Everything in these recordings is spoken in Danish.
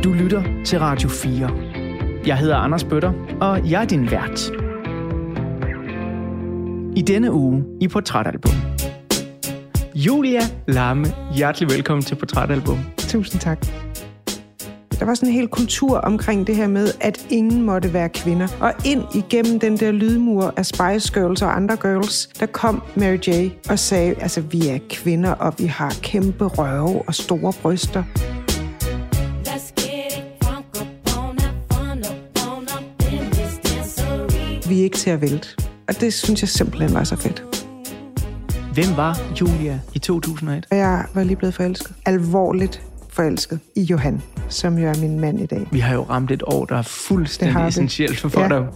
Du lytter til Radio 4. Jeg hedder Anders Bøtter, og jeg er din vært. I denne uge i Portrætalbum. Julia Lamme, hjertelig velkommen til Portrætalbum. Tusind tak. Der var sådan en hel kultur omkring det her med, at ingen måtte være kvinder. Og ind igennem den der lydmur af Spice Girls og andre girls, der kom Mary J. og sagde, altså vi er kvinder, og vi har kæmpe røve og store bryster. Vi er ikke til at vælte. Og det synes jeg simpelthen var så fedt. Hvem var Julia i 2001? Jeg var lige blevet forelsket. Alvorligt forelsket i Johan, som jo er min mand i dag. Vi har jo ramt et år, der er fuldstændig essentielt for dig.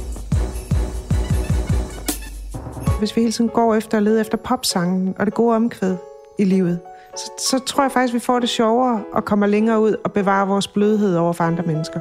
Hvis vi hele tiden går efter og leder efter popsangen og det gode omkvæd i livet, så tror jeg faktisk, vi får det sjovere og kommer længere ud og bevarer vores blødhed over for andre mennesker.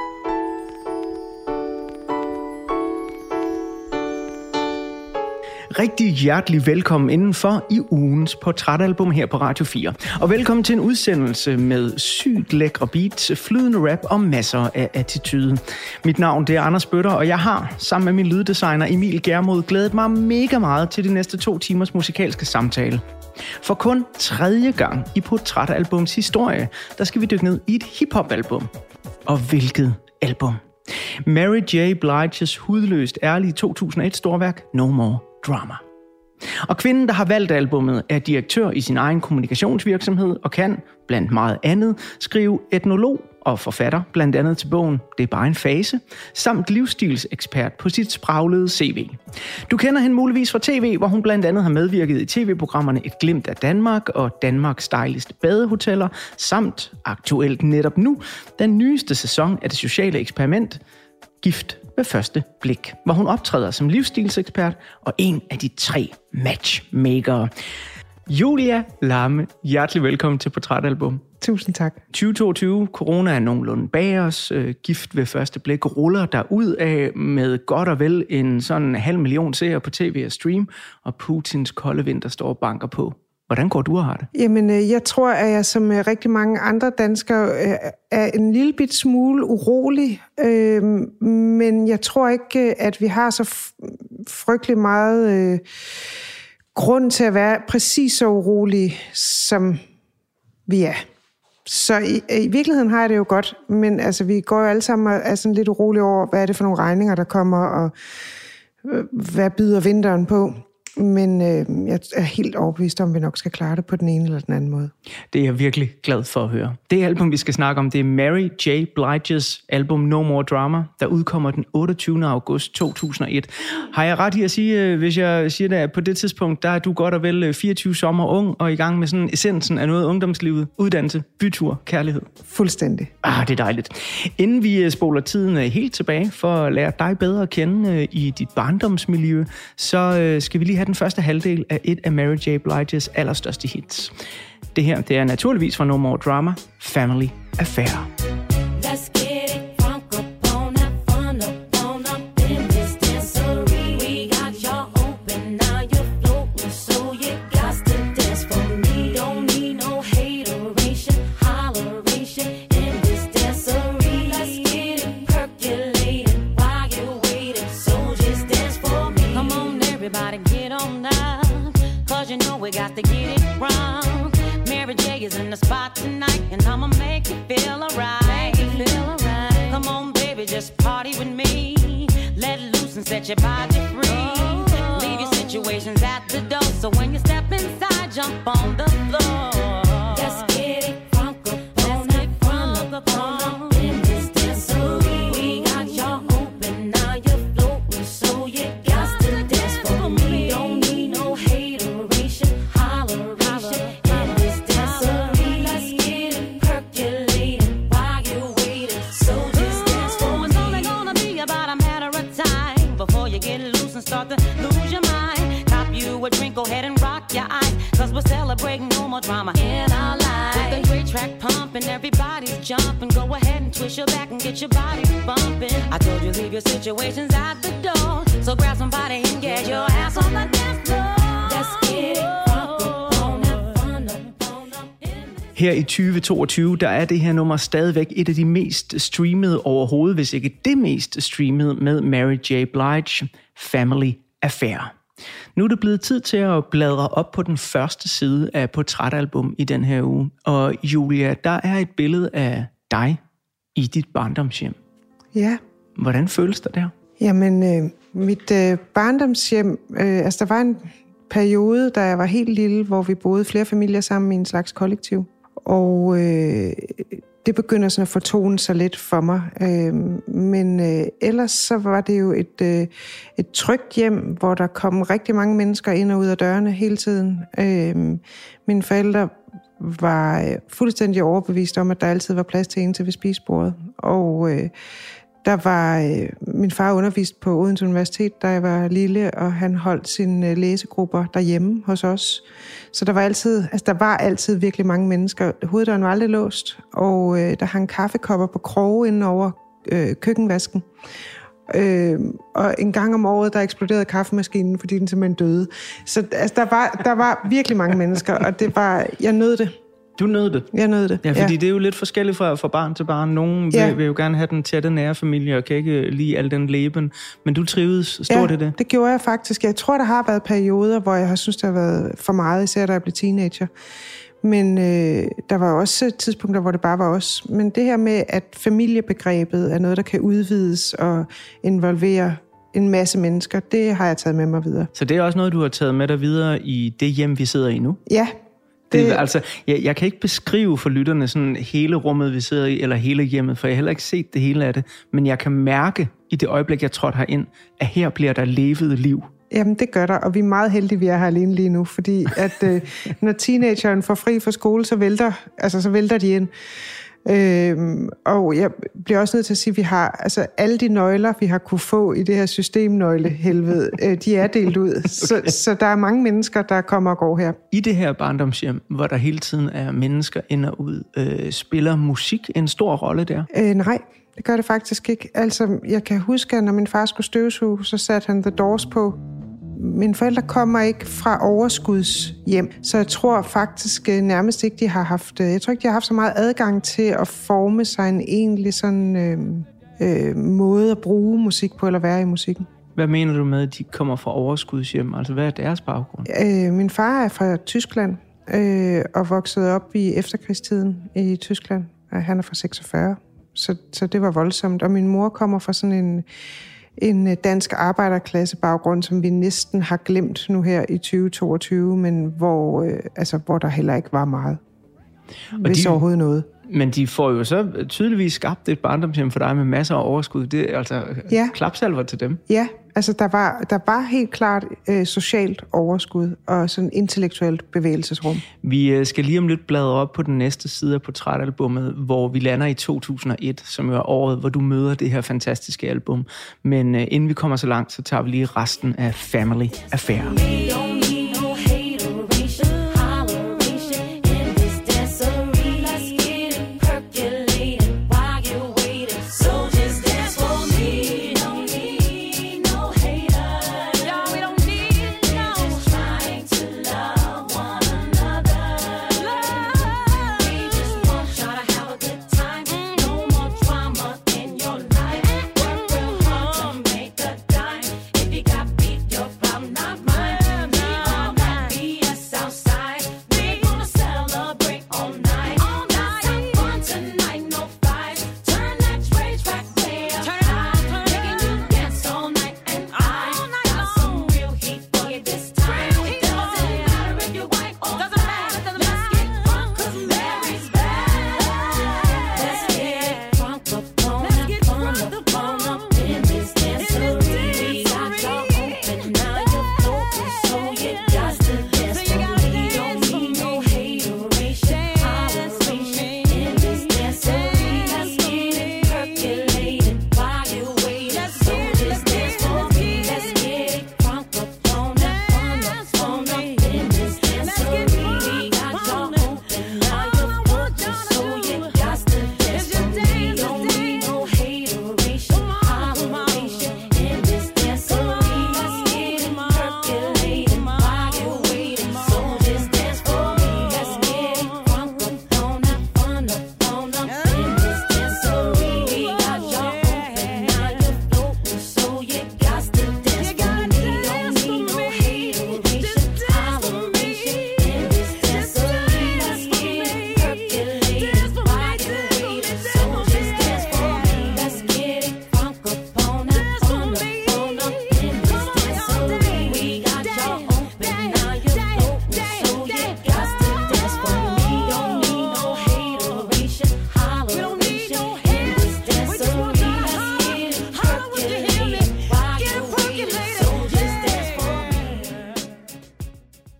Rigtig hjertelig velkommen indenfor i ugens Portrætalbum her på Radio 4. Og velkommen til en udsendelse med sygt lækre beats, flydende rap og masser af attitude. Mit navn det er Anders Bøtter, og jeg har sammen med min lyddesigner Emil Gjermod glædet mig mega meget til de næste 2 timers musikalske samtale. For kun 3. gang i Portrætalbums historie, der skal vi dykke ned i et hiphop-album. Og hvilket album? Mary J. Blige's hudløst ærlige 2001 storværk No More Drama. Og kvinden, der har valgt albummet, er direktør i sin egen kommunikationsvirksomhed og kan, blandt meget andet, skrive etnolog og forfatter, blandt andet til bogen Det er bare en fase, samt livsstilsekspert på sit spraglede CV. Du kender hende muligvis fra tv, hvor hun blandt andet har medvirket i tv-programmerne Et glimt af Danmark og Danmarks dejligste badehoteller, samt aktuelt netop nu, den nyeste sæson af det sociale eksperiment Gift ved første blik, hvor hun optræder som livsstilsekspert og en af de 3 matchmakere. Julia Lamme, hjertelig velkommen til Portrætalbum. Tusind tak. 2022, corona er nogenlunde bag os, Gift ved første blik ruller derud af med godt og vel en sådan 500.000 seere på tv og stream, og Putins kolde vinter står og banker på. Hvordan går du og har det? Jamen, jeg tror, at jeg som rigtig mange andre danskere er en lille bit smule urolig, men jeg tror ikke, at vi har så frygtelig meget grund til at være præcis så urolige, som vi er. Så i virkeligheden har jeg det jo godt, men altså, vi går jo alle sammen og er sådan lidt urolige over, hvad er det for nogle regninger, der kommer, og hvad byder vinteren på. Men jeg er helt overbevist om, at vi nok skal klare det på den ene eller den anden måde. Det er jeg virkelig glad for at høre. Det album, vi skal snakke om, det er Mary J. Blige's album No More Drama, der udkommer den 28. august 2001. Har jeg ret i at sige, hvis jeg siger det, at på det tidspunkt, der er du godt og vel 24 sommer ung og i gang med sådan essensen af noget ungdomslivet, uddannelse, bytur, kærlighed? Fuldstændig. Det er dejligt. Inden vi spoler tiden helt tilbage for at lære dig bedre at kende i dit barndomsmiljø, så skal vi lige have den første halvdel af et af Mary J. Blige's allerstørste hits. Det her, det er naturligvis fra No More Drama, Family Affair. We got to get it wrong. Mary J is in the spot tonight, and I'ma make you feel alright. Come on, baby, just party with me. Let loose and set your body free. Leave your situations at the door, so when you step inside, jump on the floor. Let's get it crunk up on in this dancery. We got y'all open, now you're floating, so you got to dance for me. Don't need no hateration. Start to lose your mind. Cop you a drink, go ahead and rock your eyes, cause we're celebrating no more drama in our lives. With a great track pumping, everybody's jumping. Go ahead and twist your back and get your body bumping. I told you leave your situations at the door, so grab somebody and get your ass on the dance floor. Let's get it. Her i 2022, der er det her nummer stadigvæk et af de mest streamede overhovedet, hvis ikke det mest streamede, med Mary J. Blige, Family Affair. Nu er det blevet tid til at bladre op på den første side af portrætalbum i den her uge. Og Julia, der er et billede af dig i dit barndomshjem. Ja. Hvordan føles det der? Jamen, mit barndomshjem, der var en periode, da jeg var helt lille, hvor vi boede flere familier sammen i en slags kollektiv. Og det begynder sådan at fortone sig lidt for mig. Men ellers så var det jo et trygt hjem, hvor der kom rigtig mange mennesker ind og ud af dørene hele tiden. Mine forældre var fuldstændig overbevist om, at der altid var plads til en til ved spisebordet. Og der var min far undervist på Odense Universitet, da jeg var lille, og han holdt sine læsegrupper derhjemme hos os. Så der var altid virkelig mange mennesker. Hoveddøren var aldrig låst, og der hang kaffekopper på kroge inden over køkkenvasken. Og en gang om året, der eksploderede kaffemaskinen, fordi den simpelthen døde. Så der var virkelig mange mennesker, og jeg nød det. Du nød det? Jeg nød det, ja. Fordi det er jo lidt forskelligt fra barn til barn. Nogen vil jo gerne have den tætte nære familie, og kan ikke lide al den leben. Men du trivedes stort i det? Det gjorde jeg faktisk. Jeg tror, der har været perioder, hvor jeg har synes, der har været for meget, især da jeg blev teenager. Men der var også tidspunkter, hvor det bare var os. Men det her med, at familiebegrebet er noget, der kan udvides og involvere en masse mennesker, det har jeg taget med mig videre. Så det er også noget, du har taget med dig videre i det hjem, vi sidder i nu? Ja. Altså, jeg kan ikke beskrive for lytterne sådan hele rummet, vi sidder i, eller hele hjemmet, for jeg har heller ikke set det hele af det. Men jeg kan mærke i det øjeblik, jeg trådte herind, at her bliver der levet liv. Jamen, det gør der, og vi er meget heldige, vi er her alene lige nu, fordi at når teenageren får fri fra skole, så vælter de ind. Og jeg bliver også nødt til at sige, at vi har alle de nøgler, vi har kunne få i det her systemnøglehelvede, de er delt ud. Okay. Så der er mange mennesker, der kommer og går her. I det her barndomshjem, hvor der hele tiden er mennesker ind og ud, spiller musik en stor rolle der? Nej, det gør det faktisk ikke. Altså, jeg kan huske, at når min far skulle støvsuge, så satte han The Doors på. Mine forældre kommer ikke fra overskudshjem, så jeg tror faktisk nærmest ikke, de har haft så meget adgang til at forme sig en egentlig sådan måde at bruge musik på, eller være i musikken. Hvad mener du med, at de kommer fra overskudshjem? Altså, hvad er deres baggrund? Min far er fra Tyskland og voksede op i efterkrigstiden i Tyskland. Han er fra 46, så det var voldsomt. Og min mor kommer fra sådan en dansk arbejderklasse baggrund, som vi næsten har glemt nu her i 2022, men hvor der heller ikke var meget. Hvis overhovedet noget. Men de får jo så tydeligvis skabt et barndomshjem for dig med masser af overskud. Det er altså klapsalver til dem. Ja, altså der var helt klart socialt overskud og sådan intellektuelt bevægelsesrum. Vi skal lige om lidt bladre op på den næste side af portrætalbummet, hvor vi lander i 2001, som jo er året, hvor du møder det her fantastiske album. Men inden vi kommer så langt, så tager vi lige resten af Family Affair.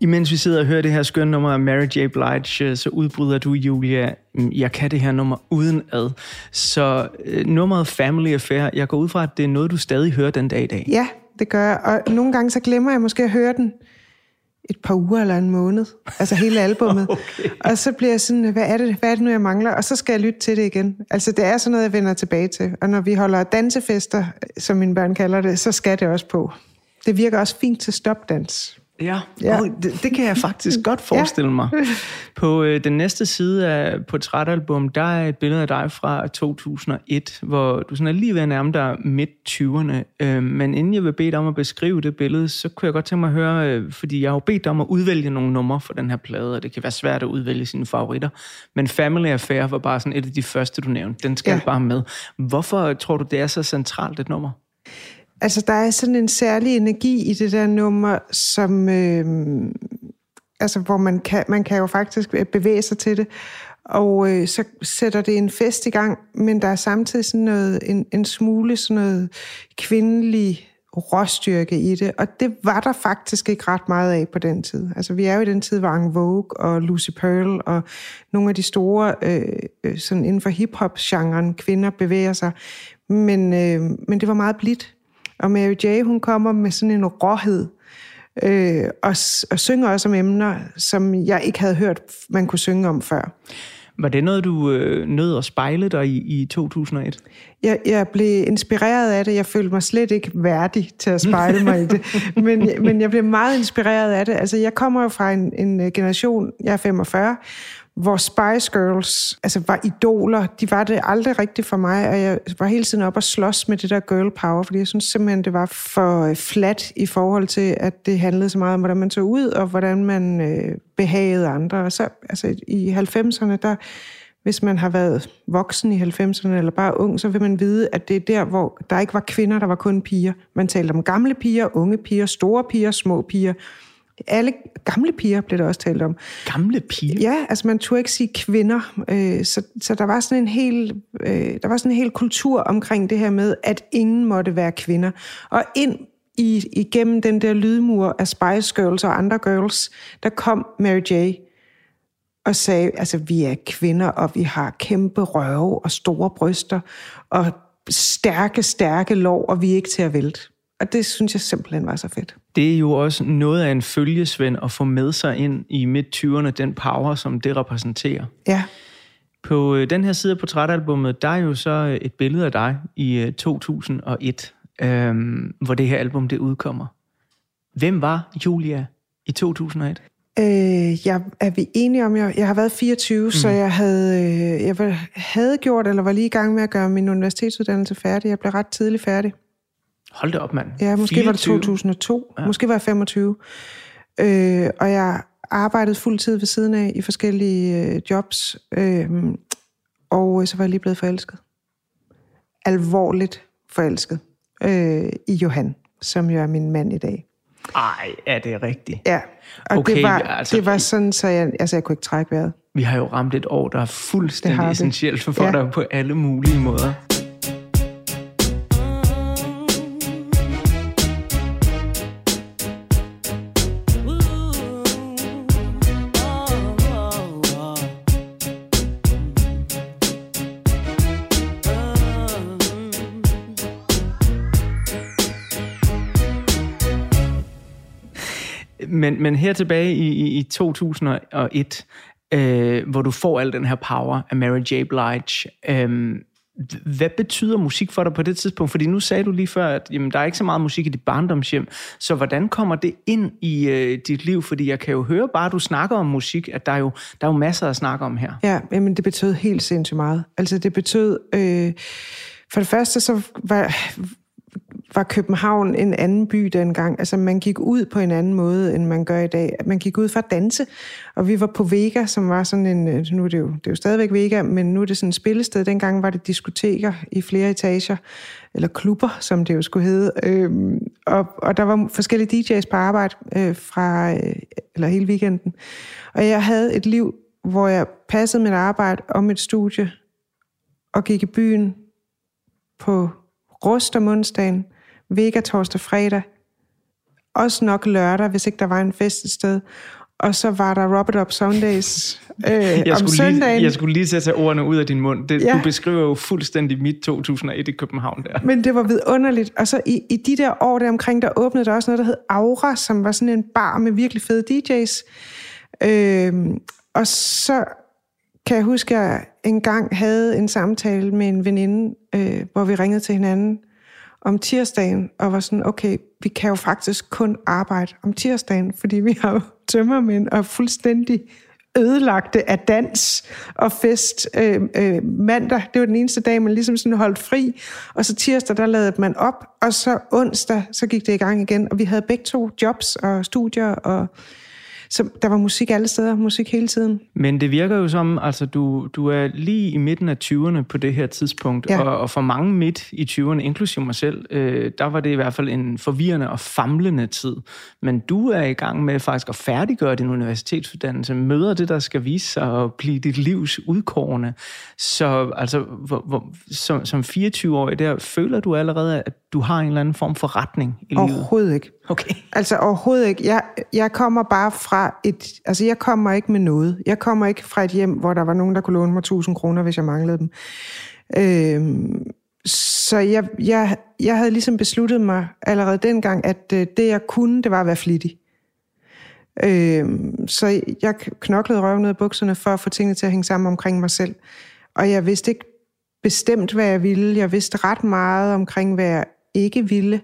Imens vi sidder og hører det her skønne nummer af Mary J. Blige, så udbryder du, Julia, jeg kan det her nummer uden ad. Så nummeret Family Affair, jeg går ud fra, at det er noget, du stadig hører den dag i dag. Ja, det gør jeg. Og nogle gange så glemmer jeg måske at høre den et par uger eller en måned. Altså hele albumet. Okay. Og så bliver jeg sådan, hvad er det nu, jeg mangler? Og så skal jeg lytte til det igen. Altså det er sådan noget, jeg vender tilbage til. Og når vi holder dansefester, som mine børn kalder det, så skal det også på. Det virker også fint til stopdans. Ja. Det kan jeg faktisk godt forestille mig. På den næste side af portrætalbum, der er et billede af dig fra 2001, hvor du sådan er lige ved at nærme dig midt-20'erne. Men inden jeg vil bede dig om at beskrive det billede, så kunne jeg godt tænke mig at høre, fordi jeg har jo bedt dig om at udvælge nogle numre for den her plade, og det kan være svært at udvælge sine favoritter. Men Family Affair var bare sådan et af de første, du nævnte. Den skal bare med. Hvorfor tror du, det er så centralt et nummer? Altså, der er sådan en særlig energi i det der nummer, som, hvor man kan jo faktisk bevæge sig til det, og så sætter det en fest i gang, men der er samtidig sådan noget, en smule sådan noget kvindelig råstyrke i det, og det var der faktisk ikke ret meget af på den tid. Altså, vi er jo i den tid, hvor En Vogue og Lucy Pearl og nogle af de store, sådan inden for hip-hop-genren, kvinder bevæger sig, men det var meget blidt. Og Mary J., hun kommer med sådan en råhed, og synger også om emner, som jeg ikke havde hørt, man kunne synge om før. Var det noget, du nød at spejle dig i 2001? Jeg blev inspireret af det. Jeg følte mig slet ikke værdig til at spejle mig i det. Men jeg blev meget inspireret af det. Altså, jeg kommer jo fra en generation, jeg er 45, hvor Spice Girls var idoler. De var det aldrig rigtigt for mig, og jeg var hele tiden op og slås med det der girl power, fordi jeg synes simpelthen, det var for flat i forhold til, at det handlede så meget om, hvordan man så ud, og hvordan man behagede andre. Og så i 90'erne, der, hvis man har været voksen i 90'erne, eller bare ung, så vil man vide, at det er der, hvor der ikke var kvinder, der var kun piger. Man talte om gamle piger, unge piger, store piger, små piger. Alle gamle piger blev der også talt om. Gamle piger? Ja, altså man turde ikke sige kvinder. Så der var sådan en hel kultur omkring det her med, at ingen måtte være kvinder. Og ind igennem den der lydmur af Spice Girls og andre girls, der kom Mary J. og sagde, altså vi er kvinder, og vi har kæmpe røve og store bryster, og stærke lår, og vi er ikke til at vælte. Og det synes jeg simpelthen var så fedt. Det er jo også noget af en følgesvend at få med sig ind i midt-20'erne, den power, som det repræsenterer. Ja. På den her side af portrætalbummet, der er jo så et billede af dig i 2001, hvor det her album det udkommer. Hvem var Julia i 2001? Er vi enige om, jeg har været 24, så jeg havde gjort, eller var lige i gang med at gøre min universitetsuddannelse færdig. Jeg blev ret tidligt færdig. Hold da op, mand. Ja, måske 24. Var det 2002. Ja. Måske var jeg 25. Og jeg arbejdede fuld tid ved siden af i forskellige jobs. Og så var jeg lige blevet forelsket. Alvorligt forelsket. I Johan, som jo er min mand i dag. Ej, er det rigtigt? Ja, og okay, det var sådan, så jeg kunne ikke trække vejret. Vi har jo ramt et år, der er fuldstændig essentielt for dig på alle mulige måder. Men her tilbage i 2001, hvor du får al den her power af Mary J. Blige, hvad betyder musik for dig på det tidspunkt? Fordi nu sagde du lige før, at jamen, der er ikke så meget musik i dit barndomshjem. Så hvordan kommer det ind i dit liv? Fordi jeg kan jo høre bare, at du snakker om musik, at der er jo masser at snakke om her. Ja, men det betød helt sindssygt meget. Altså det betød, for det første så var København en anden by dengang. Altså, man gik ud på en anden måde, end man gør i dag. Man gik ud for at danse, og vi var på Vega, som var sådan en... Nu er det er jo stadigvæk Vega, men nu er det sådan et spillested. Dengang var det diskoteker i flere etager, eller klubber, som det jo skulle hedde. Og der var forskellige DJ's på arbejde eller hele weekenden. Og jeg havde et liv, hvor jeg passede mit arbejde og mit studie, og gik i byen på Rust om onsdagen, Vega torsdag fredag, også nok lørdag, hvis ikke der var en fest et sted. Og så var der Rub It Up Sundays om søndagen. Jeg skulle lige tage ordene ud af din mund. Du beskriver jo fuldstændig mit 2001 i København der. Men det var vidunderligt. Og så i de der år der omkring, der åbnede der også noget, der hed Aura, som var sådan en bar med virkelig fede DJ's. Og så kan jeg huske, at jeg engang havde en samtale med en veninde, hvor vi ringede til hinanden om tirsdagen, og var sådan, okay, vi kan jo faktisk kun arbejde om tirsdagen, fordi vi har jo tømmermænd og fuldstændig ødelagte af dans og fest. Mandag, det var den eneste dag, man ligesom sådan holdt fri, og så tirsdag, der ladede man op, og så onsdag, så gik det i gang igen, og vi havde begge to jobs og studier, og så der var musik alle steder, musik hele tiden. Men det virker jo som, altså du er lige i midten af 20'erne på det her tidspunkt, og for mange midt i 20'erne, inklusive mig selv, der var det i hvert fald en forvirrende og famlende tid. Men du er i gang med faktisk at færdiggøre din universitetsuddannelse, møder det, der skal vise sig at blive dit livs udkårende. Så altså, som 24-årig der, føler du allerede, at du har en eller anden form for retning i livet? Overhovedet ikke. Okay. Altså overhovedet ikke. Jeg kommer bare fra jeg kommer ikke med noget. Jeg kommer ikke fra et hjem, hvor der var nogen, der kunne låne mig 1.000 kroner, hvis jeg manglede dem. Så jeg havde ligesom besluttet mig allerede dengang, at det jeg kunne, det var at være flittig. Så jeg knoklede røven ned af bukserne for at få tingene til at hænge sammen omkring mig selv. Og jeg vidste ikke bestemt, hvad jeg ville. Jeg vidste ret meget omkring, hvad jeg ikke ville.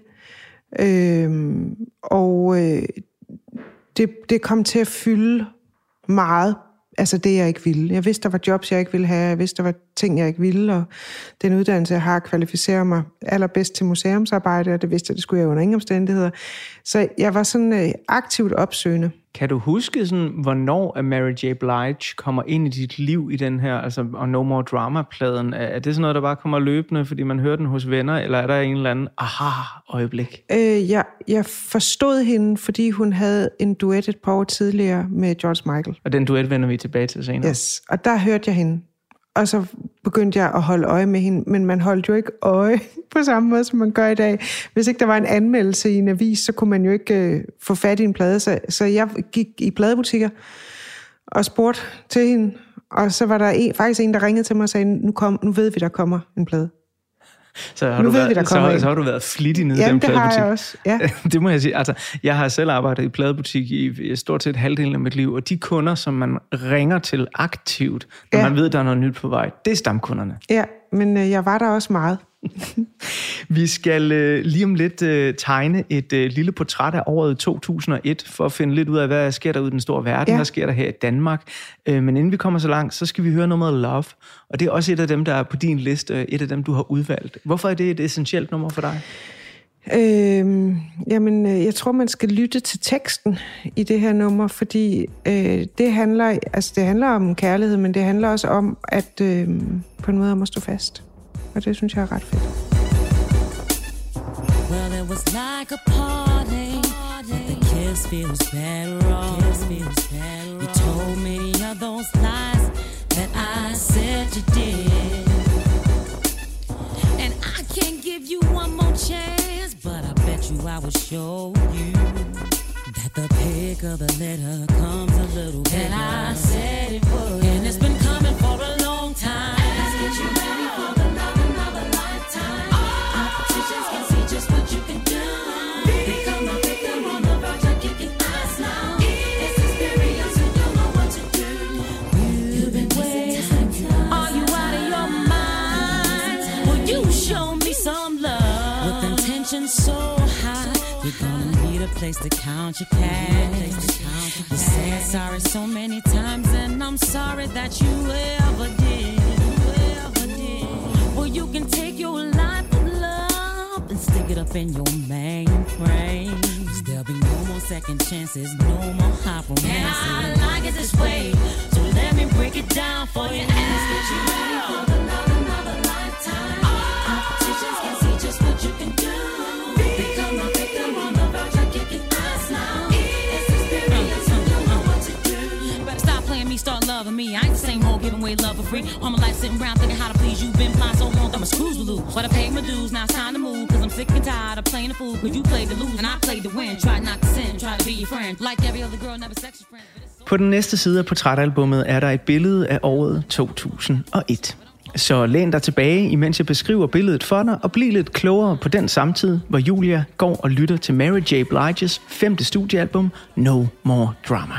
Det kom til at fylde meget, altså det jeg ikke ville. Jeg vidste, der var jobs, jeg ikke ville have. Jeg vidste, der var ting, jeg ikke ville. Og den uddannelse, jeg har, kvalificerer mig allerbedst til museumsarbejde, og det vidste jeg, det skulle jeg under ingen omstændigheder. Så jeg var sådan aktivt opsøgende. Kan du huske, sådan, hvornår Mary J. Blige kommer ind i dit liv i den her, altså og No More Drama-pladen? Er det sådan noget, der bare kommer løbende, fordi man hører den hos venner, eller er der en eller anden aha-øjeblik? Jeg forstod hende, fordi hun havde en duet et par år tidligere med George Michael. Og den duet vender vi tilbage til senere. Yes, og der hørte jeg hende. Og så begyndte jeg at holde øje med hende, men man holdt jo ikke øje på samme måde, som man gør i dag. Hvis ikke der var en anmeldelse i en avis, så kunne man jo ikke få fat i en plade. Så jeg gik i pladebutikker og spurgte til hende, og så var der faktisk en, der ringede til mig og sagde, nu ved vi, der kommer en plade. Så har du været flittig nede i den pladebutik? Jamen, det har jeg også, ja. Det må jeg sige. Altså, jeg har selv arbejdet i pladebutik i stort set halvdelen af mit liv, og de kunder, som man ringer til aktivt, når man ved, der er noget nyt på vej, det er stamkunderne. Ja, men jeg var der også meget. Vi skal lige om lidt tegne et lille portræt af året 2001, for at finde lidt ud af, hvad sker der ude i den store verden, hvad sker der her i Danmark. Men inden vi kommer så langt, så skal vi høre nummer Love, og det er også et af dem, der er på din liste, et af dem, du har udvalgt. Hvorfor er det et essentielt nummer for dig? Jeg tror, man skal lytte til teksten i det her nummer, fordi det handler om kærlighed, men det handler også om, at på en måde om at stå fast. Og det synes jeg er ret fedt. Well, it was like a party. The kiss feels better off. You told many of those lies that I said you did. And I can't give you one more chance, but I bet you I will show you that the pick of the letter comes a little bit. And I said it would. And it's been coming for a long time. Let's get you ready for the love. Can see just what you can do. Become a victim on the verge of kicking us now. It's experience, you don't know what to do. You've been wasting time. Are you out of your mind? Will you show me some love? With intention so high, you're gonna need a place to count your cash. You said sorry so many times, and I'm sorry that you ever did. Well, you can take your life and stick it up in your mainframe. There'll be no more second chances, no more hot romances. And I like it this way, so let me break it down for you. Let's get you ready for the love another lifetime. Competitions can see just what you can do. Become a victim on the verge of kicking us now. It's experience, you don't know what to do. Better stop playing me, start loving me. I ain't the same hoe giving away love for free. All my life sitting around thinking how to please you. Been blind so long. my screws to lose. But I paid my dues, now it's time to move. Cause I'm sick and tired of playing a fool. Cause you played to lose and I played to win. Try not to sin, try to be your friend. Like every other girl, never sex your friend. På den næste side af portrætalbummet er der et billede af året 2001. Så læn dig tilbage, imens jeg beskriver billedet for dig, og bliv lidt klogere på den samtid, hvor Julia går og lytter til Mary J. Blige's 5. studiealbum, No More Drama.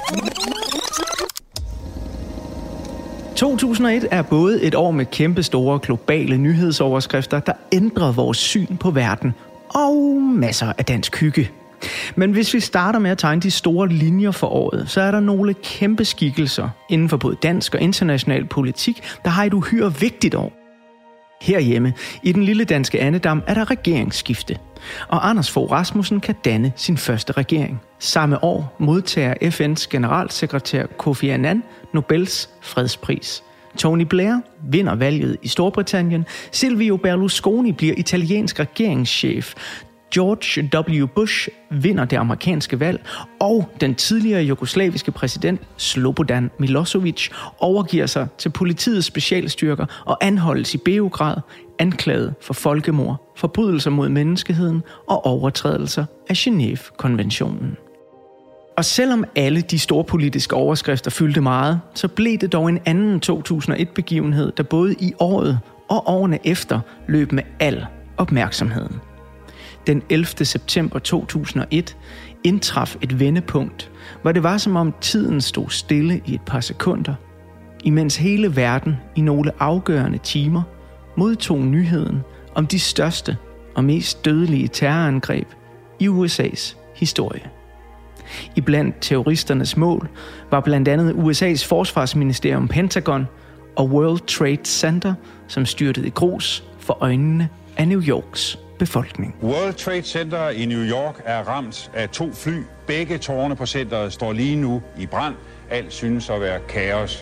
2001 er både et år med kæmpe store globale nyhedsoverskrifter, der ændrer vores syn på verden, og masser af dansk hygge. Men hvis vi starter med at tegne de store linjer for året, så er der nogle kæmpe skikkelser inden for både dansk og international politik, der har et uhyre vigtigt år. Herhjemme, i den lille danske andedam, er der regeringsskifte, og Anders Fogh Rasmussen kan danne sin første regering. Samme år modtager FN's generalsekretær Kofi Annan Nobels fredspris. Tony Blair vinder valget i Storbritannien, Silvio Berlusconi bliver italiensk regeringschef, George W. Bush vinder det amerikanske valg, og den tidligere jugoslaviske præsident Slobodan Milosevic overgiver sig til politiets specialstyrker og anholdes i Beograd, anklaget for folkemord, forbrydelser mod menneskeheden og overtrædelser af Genève-konventionen. Og selvom alle de store politiske overskrifter fyldte meget, så blev det dog en anden 2001-begivenhed, der både i året og årene efter løb med al opmærksomheden. Den 11. september 2001 indtraf et vendepunkt, hvor det var som om tiden stod stille i et par sekunder, imens hele verden i nogle afgørende timer modtog nyheden om de største og mest dødelige terrorangreb i USA's historie. Iblandt terroristernes mål var blandt andet USA's forsvarsministerium Pentagon og World Trade Center, som styrtede i grus for øjnene af New Yorks befolkning. World Trade Center i New York er ramt af 2 fly. Begge tårne på centeret står lige nu i brand. Alt synes at være kaos.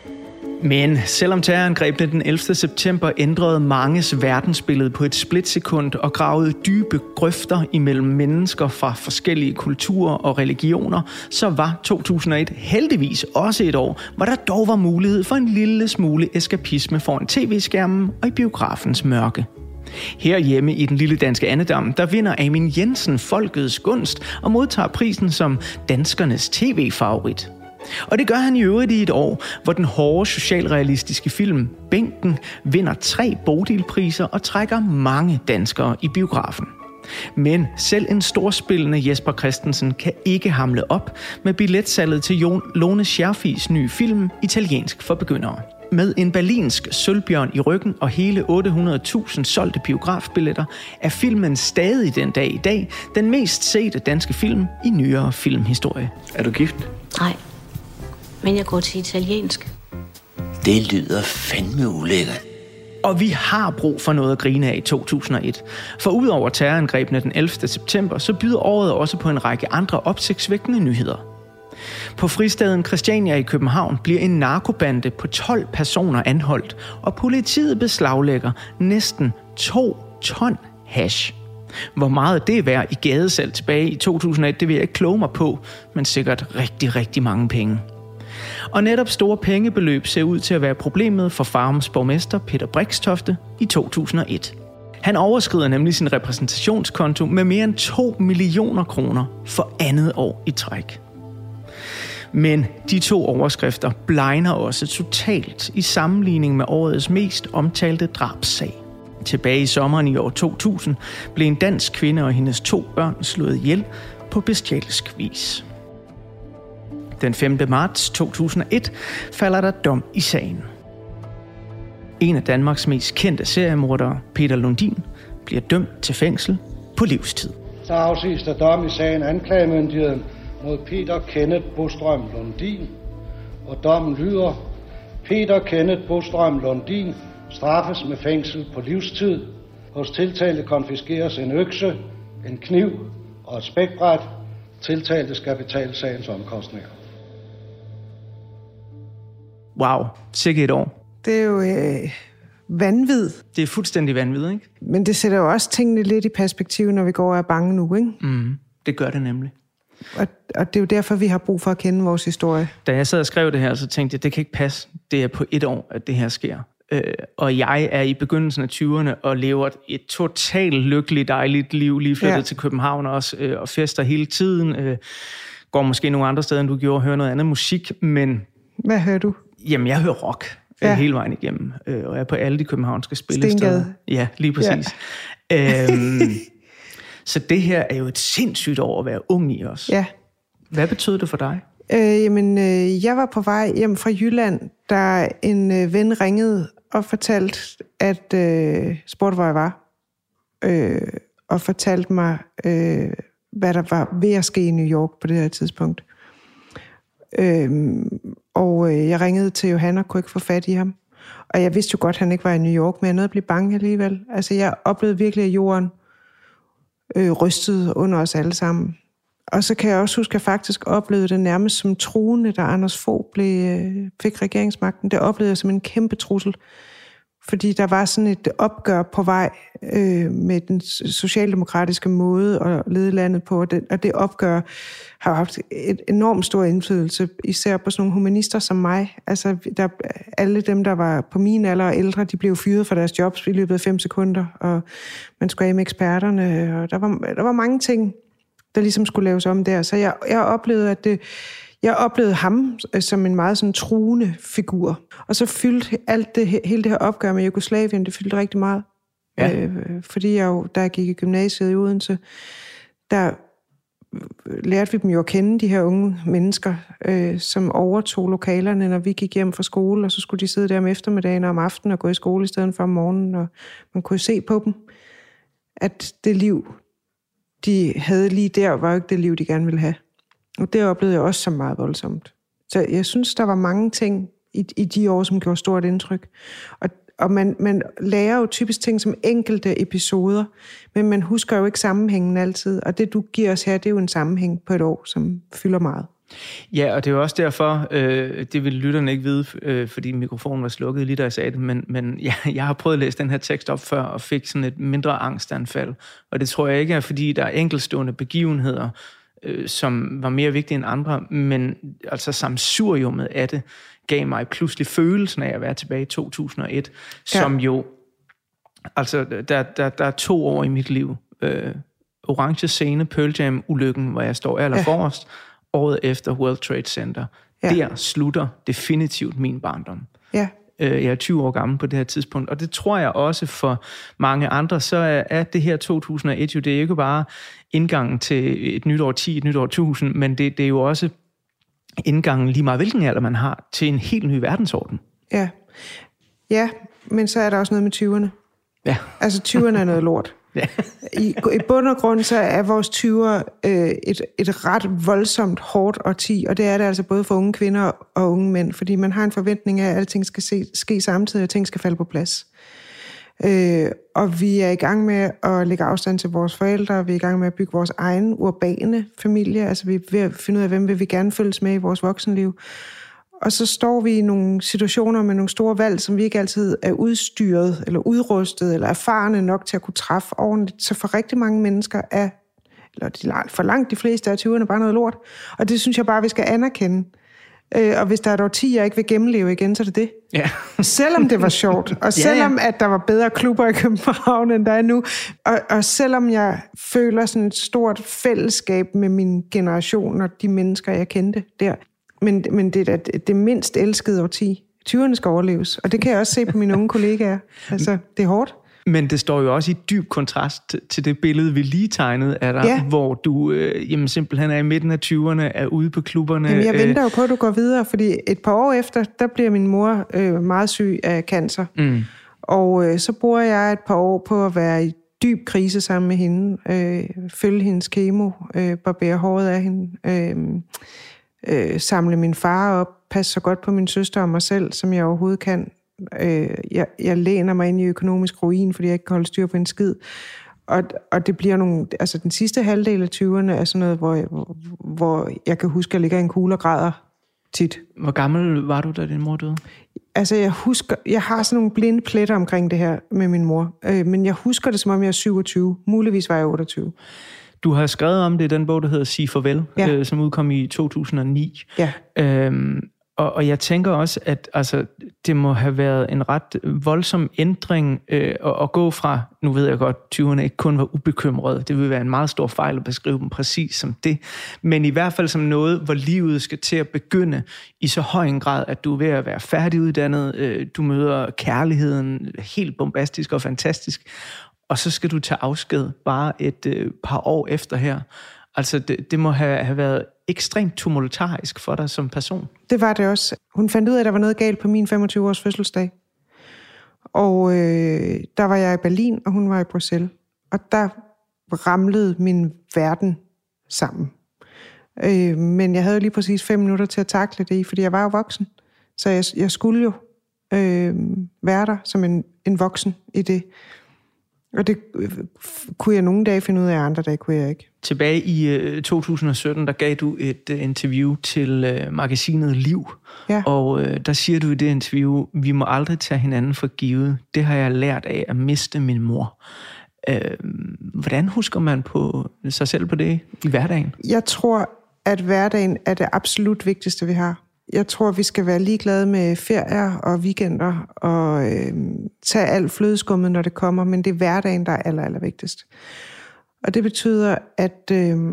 Men selvom terrorangrebene den 11. september ændrede manges verdensbillede på et splitsekund og gravede dybe grøfter imellem mennesker fra forskellige kulturer og religioner, så var 2001 heldigvis også et år, hvor der dog var mulighed for en lille smule eskapisme foran tv-skærmen og i biografens mørke. Herhjemme i den lille danske andedam, der vinder Amin Jensen folkets gunst og modtager prisen som danskernes tv-favorit. Og det gør han i øvrigt i et år, hvor den hårde socialrealistiske film Bænken vinder 3 Bodilpriser og trækker mange danskere i biografen. Men selv en storspillende Jesper Christensen kan ikke hamle op med billetsalget til Lone Scherfis nye film Italiensk for begyndere. Med en berlinsk sølvbjørn i ryggen og hele 800.000 solgte biografbilletter er filmen stadig den dag i dag den mest sete danske film i nyere filmhistorie. Er du gift? Nej, men jeg går til italiensk. Det lyder fandme ulækkert. Og vi har brug for noget at grine af i 2001. For udover terrorangrebene den 11. september, så byder året også på en række andre opsigtsvækkende nyheder. På fristaden Christiania i København bliver en narkobande på 12 personer anholdt, og politiet beslaglægger næsten 2 ton hash. Hvor meget det er værd i gadesalg tilbage i 2001, det vil jeg ikke kloge mig på, men sikkert rigtig, rigtig mange penge. Og netop store pengebeløb ser ud til at være problemet for Farums borgmester Peter Brixtofte i 2001. Han overskrider nemlig sin repræsentationskonto med mere end 2 millioner kroner for andet år i træk. Men de 2 overskrifter blegner også totalt i sammenligning med årets mest omtalte drabssag. Tilbage i sommeren i år 2000 blev en dansk kvinde og hendes 2 børn slået ihjel på bestialsk vis. Den 5. marts 2001 falder der dom i sagen. En af Danmarks mest kendte seriemordere, Peter Lundin, bliver dømt til fængsel på livstid. Så afsiges der dom i sagen anklagemyndigheden mod Peter Kenneth Bostrøm Lundin, og dommen lyder: Peter Kenneth Bostrøm Lundin straffes med fængsel på livstid. Hos tiltalte konfiskeres en økse, en kniv og et spækbræt. Tiltalte skal betale sagens omkostninger. Wow, sikke et år. Det er jo vanvid. Det er fuldstændig vanvid, ikke? Men det sætter jo også tingene lidt i perspektiv, når vi går og er bange nu, ikke? Det gør det nemlig. Og det er jo derfor, vi har brug for at kende vores historie. Da jeg sad og skrev det her, så tænkte jeg, det kan ikke passe. Det er på 1 år, at det her sker. og jeg er i begyndelsen af 20'erne og lever et totalt lykkeligt, dejligt liv, lige flyttet til København også, og fester hele tiden. Går måske nogle andre steder, end du gjorde, og hører noget andet musik, men... Hvad hører du? Jamen, jeg hører rock hele vejen igennem, og jeg er på alle de københavnske spillesteder. Stengade. Ja, lige præcis. Så det her er jo et sindssygt år at være ung i os. Ja. Hvad betød det for dig? Jeg var på vej hjem fra Jylland, da en ven ringede og fortalte, at spurgte, hvor jeg var, og fortalte mig, hvad der var ved at ske i New York på det her tidspunkt. Og jeg ringede til Johan og kunne ikke få fat i ham. Og jeg vidste jo godt, at han ikke var i New York, men jeg nåede at blive bange alligevel. Altså, jeg oplevede virkelig, at jorden rystede under os alle sammen. Og så kan jeg også huske, at jeg faktisk oplevede det nærmest som truende, da Anders Fogh fik regeringsmagten. Det oplevede jeg som en kæmpe trussel. Fordi der var sådan et opgør på vej med den socialdemokratiske måde at lede landet på. Og det opgør har haft et enormt stor indflydelse, især på sådan nogle humanister som mig. Altså, alle dem, der var på min alder og ældre, de blev fyret fra deres jobs i løbet af 5 sekunder, og man skulle af med eksperterne. Og der var mange ting, der ligesom skulle laves om der. Så jeg oplevede, jeg oplevede ham som en meget sådan truende figur. Og så fyldte hele det her opgør med Jugoslavien, det fyldte rigtig meget. Ja. Fordi da jeg gik i gymnasiet i Odense, der lærte vi dem jo at kende, de her unge mennesker, som overtog lokalerne, når vi gik hjem fra skole, og så skulle de sidde der om eftermiddagen og om aftenen og gå i skole i stedet for om morgenen, og man kunne se på dem, at det liv, de havde lige der, var jo ikke det liv, de gerne ville have. Og det oplevede jeg også som meget voldsomt. Så jeg synes, der var mange ting i de år, som gjorde stort indtryk. Og man lærer jo typisk ting som enkelte episoder, men man husker jo ikke sammenhængen altid. Og det, du giver os her, det er jo en sammenhæng på et år, som fylder meget. Ja, og det er jo også derfor, det vil lytterne ikke vide, fordi mikrofonen var slukket lige da jeg sagde det, men jeg har prøvet at læse den her tekst op før, og fik sådan et mindre angstanfald. Og det tror jeg ikke er, fordi der er enkeltstående begivenheder, som var mere vigtige end andre, men altså sammensuriummet af det gav mig pludselig følelsen af at være tilbage i 2001, som jo, altså der er 2 år i mit liv. Orange Scene, Pearl Jam-ulykken, hvor jeg står allerforrest, året efter World Trade Center. Der slutter definitivt min barndom. Ja. Jeg er 20 år gammel på det her tidspunkt, og det tror jeg også for mange andre, så er det her 2001 jo, det er ikke bare indgangen til et nyt årti, et nyt årtusind, men det er jo også indgangen lige meget hvilken alder man har, til en helt ny verdensorden. Ja, men så er der også noget med 20'erne. Ja. Altså 20'erne er noget lort. Ja. I bund og grund så er vores 20'er et ret voldsomt hårdt årti, og det er det altså både for unge kvinder og unge mænd, fordi man har en forventning af, at alting skal ske samtidig, og ting skal falde på plads. Og vi er i gang med at lægge afstand til vores forældre, vi er i gang med at bygge vores egen urbane familie, altså vi er ved at finde ud af, hvem vil vi gerne følges med i vores voksenliv. Og så står vi i nogle situationer med nogle store valg, som vi ikke altid er udstyret, eller udrustet, eller erfarne nok til at kunne træffe ordentligt. Så for rigtig mange mennesker for langt de fleste af 20'erne bare noget lort. Og det synes jeg bare, vi skal anerkende. Og hvis der er et årti, jeg ikke vil gennemleve igen, så er det det. Ja. Selvom det var sjovt, og selvom at der var bedre klubber i København, end der er nu, og selvom jeg føler sådan et stort fællesskab med min generation og de mennesker, jeg kendte der. Men det er det mindst elskede årti. 20'erne skal overleves, og det kan jeg også se på mine unge kollegaer. Altså, det er hårdt. Men det står jo også i dyb kontrast til det billede, vi lige tegnede af dig, hvor du simpelthen er i midten af 20'erne, er ude på klubberne. Jamen, jeg venter jo på, at du går videre, fordi et par år efter, der bliver min mor meget syg af cancer. Og så bruger jeg et par år på at være i dyb krise sammen med hende, følge hendes kemo, barbere håret af hende, samle min far op, passe så godt på min søster og mig selv, som jeg overhovedet kan. Jeg læner mig ind i økonomisk ruin, fordi jeg ikke kan holde styr på en skid. Og det bliver altså den sidste halvdel af 20'erne er sådan noget, hvor jeg kan huske, at jeg ligger i en kugle og græder tit. Hvor gammel var du, da din mor døde? Altså, jeg har sådan nogle blinde pletter omkring det her med min mor. Men jeg husker det, som om jeg er 27. Muligvis var jeg 28. Du har skrevet om det i den bog, der hedder Sig Farvel, som udkom i 2009. Ja. Og jeg tænker også, at altså, det må have været en ret voldsom ændring at gå fra, nu ved jeg godt, 20'erne ikke kun var ubekymrede. Det vil være en meget stor fejl at beskrive dem præcis som det. Men i hvert fald som noget, hvor livet skal til at begynde i så høj en grad, at du er ved at være færdiguddannet. Du møder kærligheden helt bombastisk og fantastisk. Og så skal du tage afsked bare et par år efter her. Altså, det må have været ekstremt tumultarisk for dig som person. Det var det også. Hun fandt ud af, at der var noget galt på min 25-års fødselsdag. Og der var jeg i Berlin, og hun var i Bruxelles. Og der ramlede min verden sammen. Men jeg havde lige præcis 5 minutter til at takle det i, fordi jeg var jo voksen. Så jeg skulle jo være der som en voksen i det. Og det kunne jeg nogle dage finde ud af, andre dage kunne jeg ikke. Tilbage i 2017, der gav du et interview til magasinet Liv. Ja. Og der siger du i det interview, vi må aldrig tage hinanden for givet. Det har jeg lært af at miste min mor. Hvordan husker man på sig selv på det i hverdagen? Jeg tror, at hverdagen er det absolut vigtigste, vi har. Jeg tror, vi skal være ligeglade med ferier og weekender og tage alt flødeskummet, når det kommer, men det er hverdagen, der er aller vigtigst. Og det betyder, at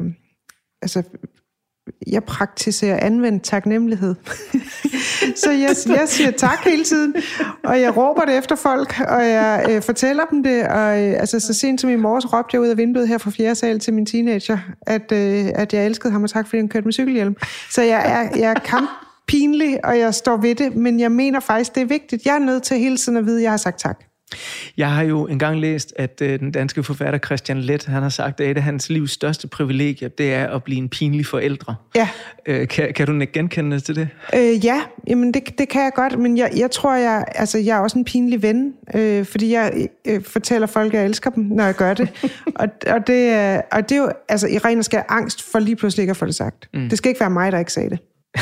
jeg praktiserer anvendt taknemmelighed. Så jeg siger tak hele tiden, og jeg råber det efter folk, og jeg fortæller dem det. Og så sent som i morges råbte jeg ud af vinduet her fra 4. sal til min teenager, at jeg elskede ham, og tak fordi han kørte med cykelhjelm. Så jeg er pinlig, og jeg står ved det, men jeg mener faktisk, det er vigtigt. Jeg er nødt til hele tiden at vide, at jeg har sagt tak. Jeg har jo engang læst, at den danske forfatter Christian Leth, han har sagt, at et af hans livs største privilegier, det er at blive en pinlig forældre. Ja. Kan du ikke genkende det til det? Ja, jamen det kan jeg godt, men jeg tror, jeg er også en pinlig ven, fordi jeg fortæller folk, at jeg elsker dem, når jeg gør det. og det er jo altså i ren og skær angst for lige pludselig ikke at få det sagt. Det skal ikke være mig, der ikke sagde det.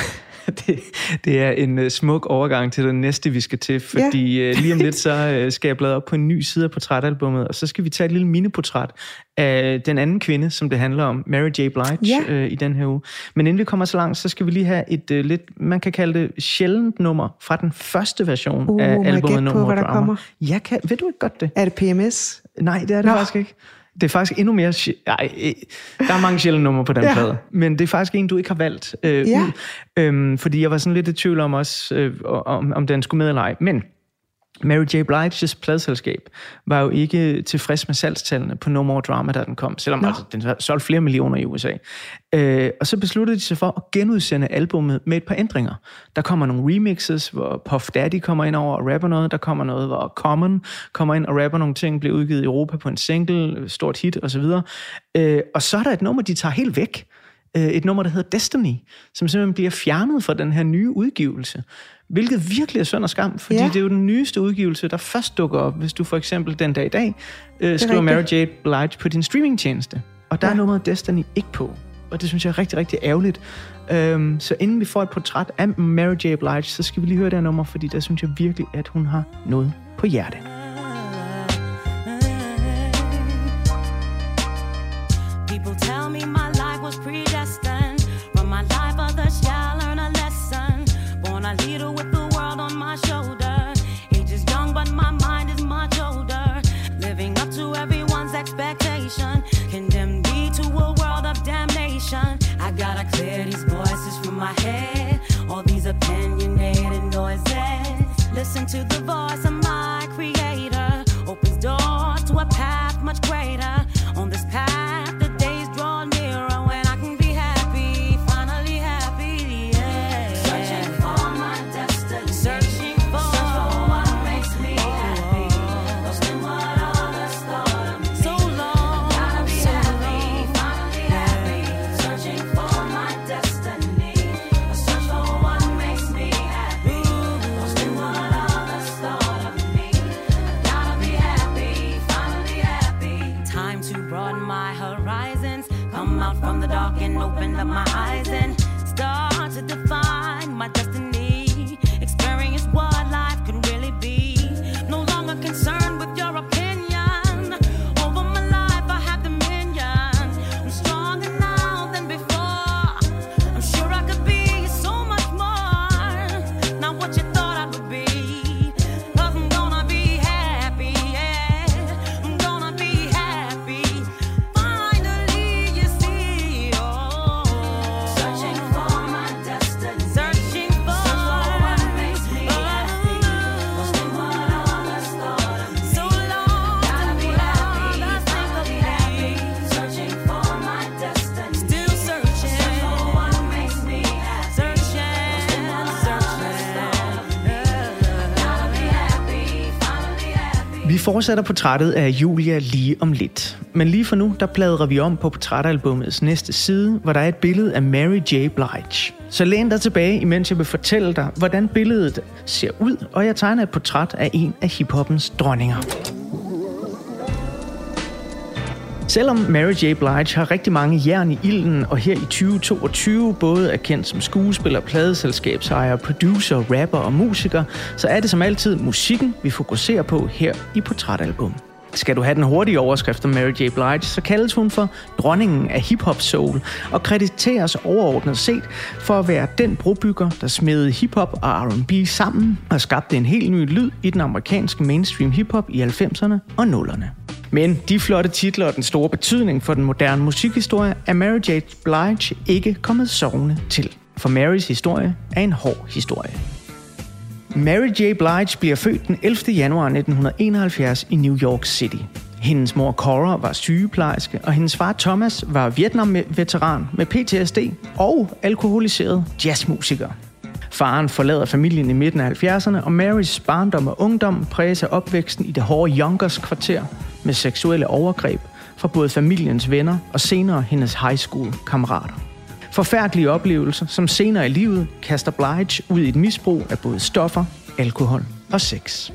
Det er en smuk overgang til det næste, vi skal til, fordi lige om lidt, så skal jeg bladre op på en ny side af portrætalbummet, og så skal vi tage et lille miniportræt af den anden kvinde, som det handler om, Mary J. Blige, i den her uge. Men inden vi kommer så langt, så skal vi lige have et lidt, man kan kalde det sjældent nummer fra den første version af albumet No More Drama. Ved du ikke godt det? Er det PMS? Nej, det er det faktisk ikke. Det er faktisk endnu mere... der er mange sjældne numre på den plade, men det er faktisk en, du ikke har valgt ud. Fordi jeg var sådan lidt i tvivl om også, om den skulle med eller ej. Men Mary J. Blige's pladeselskab var jo ikke tilfreds med salgstallene på No More Drama, da den kom, selvom altså, den solgte flere millioner i USA. Og så besluttede de sig for at genudsende albummet med et par ændringer. Der kommer nogle remixes, hvor Puff Daddy kommer ind over og rapper noget. Der kommer noget, hvor Common kommer ind og rapper nogle ting, bliver udgivet i Europa på en single, stort hit osv. Og så er der et nummer, de tager helt væk. Et nummer, der hedder Destiny, som simpelthen bliver fjernet fra den her nye udgivelse. Hvilket virkelig er synd og skam, fordi det er jo den nyeste udgivelse, der først dukker op, hvis du for eksempel den dag i dag skriver Mary J. Blige på din streamingtjeneste. Og der er nummeret Destiny ikke på. Og det synes jeg er rigtig, rigtig ærgerligt. Så inden vi får et portræt af Mary J. Blige, så skal vi lige høre det her nummer, fordi der synes jeg virkelig, at hun har noget på hjerte. I gotta clear these voices from my head. All these opinionated noises. Listen to the voice of my creator. Opens doors to a path much greater. On this path the days draw nearer when I can be happy, finally happy, yeah. Searching for my destiny. Searching for what makes me happy. Lost in what others thought of me. So long, gotta be happy, finally happy. Searching for my destiny. I search for what makes me happy. Lost in what others thought of me. Gotta be happy, finally happy. Time to broaden my horizons. Come out from the dark and open up my eyes and start to define my destiny. Experience what life can really be. No longer concerned with your opinion. Over my life I have dominion. I'm stronger now than before. I'm sure I could be so much more. fortsætter portrættet af Julia lige om lidt. Men lige for nu, der bladrer vi om på portrætalbummets næste side, hvor der er et billede af Mary J. Blige. Så læn dig tilbage, imens jeg vil fortælle dig, hvordan billedet ser ud, og jeg tegner et portræt af en af hiphoppens dronninger. Selvom Mary J. Blige har rigtig mange jern i ilden, og her i 2022 både er kendt som skuespiller, pladeselskabsejer, producer, rapper og musiker, så er det som altid musikken, vi fokuserer på her i portrætalbum. Skal du have den hurtige overskrift om Mary J. Blige, så kaldes hun for dronningen af hip-hop soul og krediteres overordnet set for at være den brobygger, der smedede hip-hop og R&B sammen og skabte en helt ny lyd i den amerikanske mainstream hip-hop i 90'erne og 0'erne. Men de flotte titler og den store betydning for den moderne musikhistorie er Mary J. Blige ikke kommet sovende til. For Marys historie er en hård historie. Mary J. Blige bliver født den 11. januar 1971 i New York City. Hendes mor Cora var sygeplejerske, og hendes far Thomas var Vietnam-veteran med PTSD og alkoholiseret jazzmusiker. Faren forlader familien i midten af 70'erne, og Marys barndom og ungdom præges af opvæksten i det hårde Yonkers-kvarter med seksuelle overgreb fra både familiens venner og senere hendes high school-kammerater. Forfærdelige oplevelser, som senere i livet kaster Blige ud i et misbrug af både stoffer, alkohol og sex.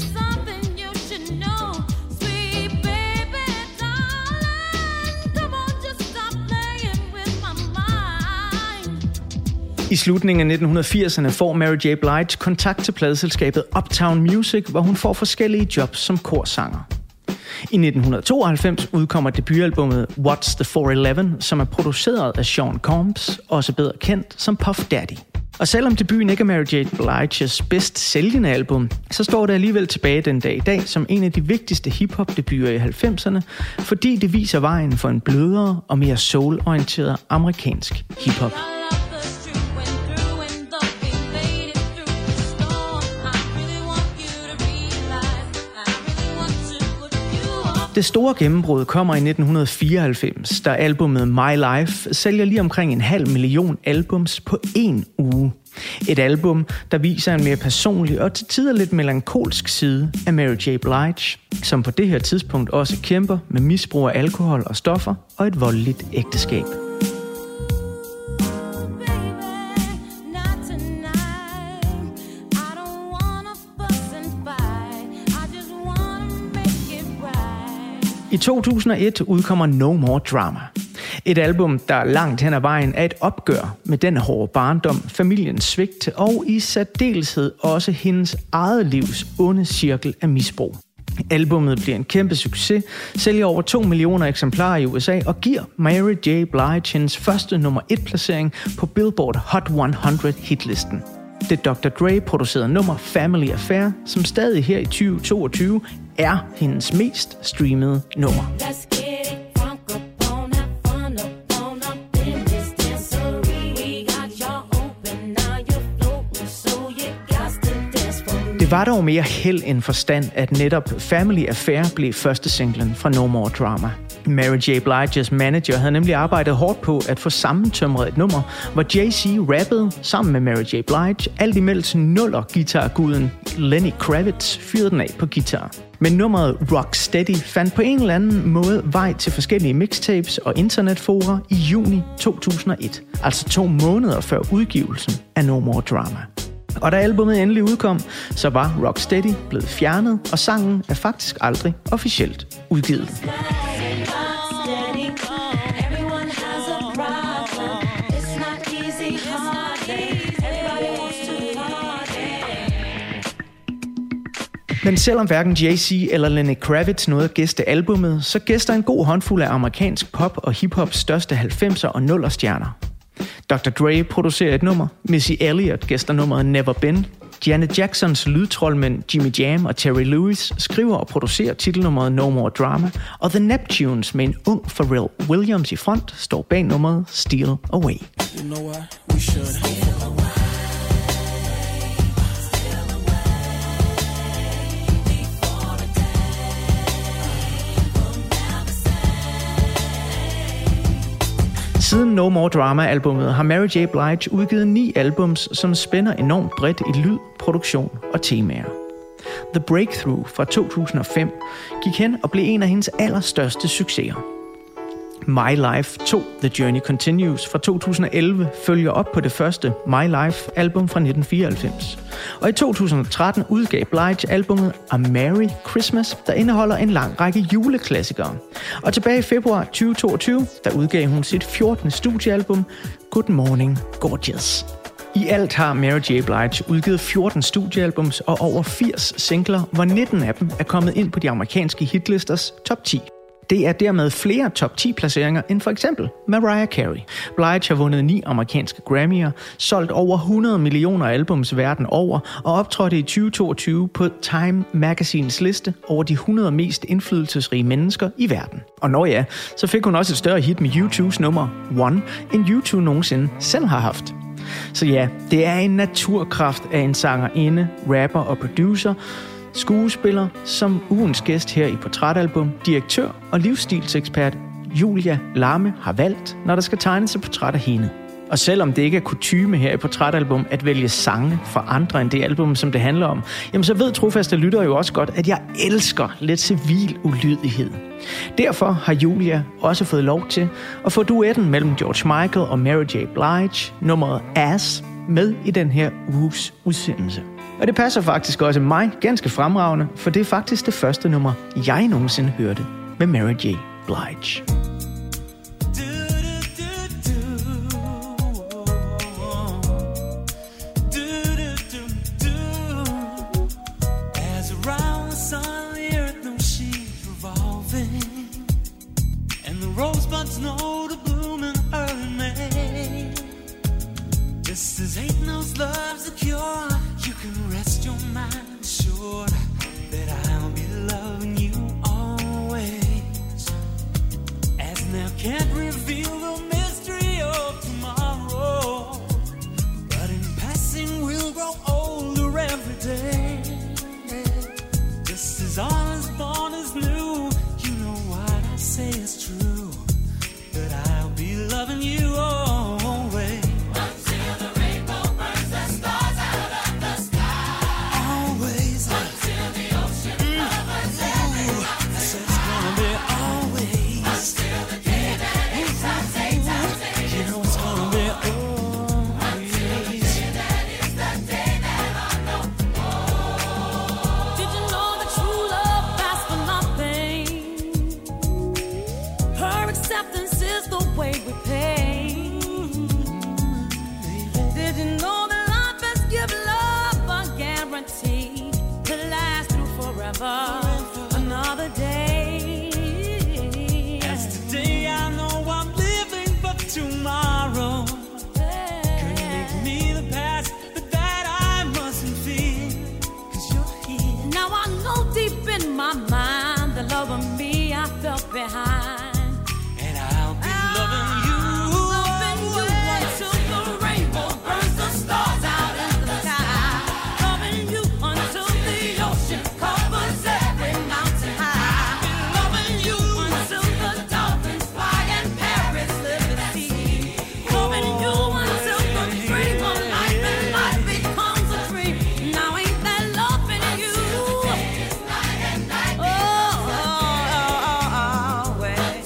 I slutningen af 1980'erne får Mary J. Blige kontakt til pladeselskabet Uptown Music, hvor hun får forskellige jobs som korsanger. I 1992 udkommer debutalbummet What's the 411, som er produceret af Sean Combs, også bedre kendt som Puff Daddy. Og selvom debuten ikke er Mary J. Bliges bedst sælgende album, så står det alligevel tilbage den dag i dag som en af de vigtigste hip-hop-debuter i 90'erne, fordi det viser vejen for en blødere og mere soul-orienteret amerikansk hip-hop. Det store gennembrud kommer i 1994, da albumet My Life sælger lige omkring 500.000 albums på en uge. Et album, der viser en mere personlig og til tider lidt melankolsk side af Mary J. Blige, som på det her tidspunkt også kæmper med misbrug af alkohol og stoffer og et voldeligt ægteskab. I 2001 udkommer No More Drama. Et album, der langt hen ad vejen er et opgør med den hårde barndom, familiens svigt og i særdeleshed også hendes eget livs onde cirkel af misbrug. Albummet bliver en kæmpe succes, sælger over 2 millioner eksemplarer i USA og giver Mary J. Blige hendes første nummer 1-placering på Billboard Hot 100 hitlisten. Det Dr. Dre producerede nummer Family Affair, som stadig her i 2022 er hendes mest streamede nummer. Det var dog mere held end forstand, at netop Family Affair blev første singlen fra No More Drama. Mary J. Bliges manager havde nemlig arbejdet hårdt på at få sammentømret et nummer, hvor Jay-Z rappede sammen med Mary J. Blige, alt imens nuller-guitarguden Lenny Kravitz fyrede den af på guitar. Men nummeret Rocksteady fandt på en eller anden måde vej til forskellige mixtapes og internetfora i juni 2001, altså 2 måneder før udgivelsen af No More Drama. Og da albumet endelig udkom, så var Rocksteady blevet fjernet, og sangen er faktisk aldrig officielt udgivet. Men selvom hverken Jay-Z eller Lenny Kravitz nåede at gæste albummet, så gæster en god håndfuld af amerikansk pop og hip-hops største 90'er og 0'er stjerner. Dr. Dre producerer et nummer, Missy Elliott gæster nummeret Never Been, Janet Jacksons lydtroldmænd Jimmy Jam og Terry Lewis skriver og producerer titelnummeret No More Drama, og The Neptunes med en ung Pharrell Williams i front står bag nummeret Steal Away. You know what? We should. Siden No More Drama-albummet har Mary J. Blige udgivet 9 albums, som spænder enormt bredt i lyd, produktion og temaer. The Breakthrough fra 2005 gik hen og blev en af hendes allerstørste succeser. My Life 2, The Journey Continues fra 2011 følger op på det første My Life-album fra 1994. Og i 2013 udgav Blige albummet A Merry Christmas, der indeholder en lang række juleklassikere. Og tilbage i februar 2022, der udgav hun sit 14. studiealbum, Good Morning Gorgeous. I alt har Mary J. Blige udgivet 14 studiealbums og over 80 singler, hvor 19 af dem er kommet ind på de amerikanske hitlisters top 10. Det er dermed flere top 10 placeringer end for eksempel Mariah Carey. Blige har vundet 9 amerikanske Grammy'er, solgt over 100 millioner albums verden over og optrådte i 2022 på Time Magazines liste over de 100 mest indflydelsesrige mennesker i verden. Og når ja, så fik hun også et større hit med U2's nummer One, end U2 nogensinde selv har haft. Så ja, det er en naturkraft af en sangerinde, rapper og producer, skuespiller, som ugens gæst her i Portrætalbum, direktør og livsstilsekspert Julia Larme har valgt, når der skal tegnes et portræt af hende. Og selvom det ikke er kutyme her i Portrætalbum at vælge sange fra andre end det album, som det handler om, jamen så ved trofaste lyttere jo også godt, at jeg elsker lidt civil ulydighed. Derfor har Julia også fået lov til at få duetten mellem George Michael og Mary J. Blige, nummeret Ass, med i den her uges udsendelse. Og det passer faktisk også mig ganske fremragende, for det er faktisk det første nummer, jeg nogensinde hørte med Mary J. Blige. Way.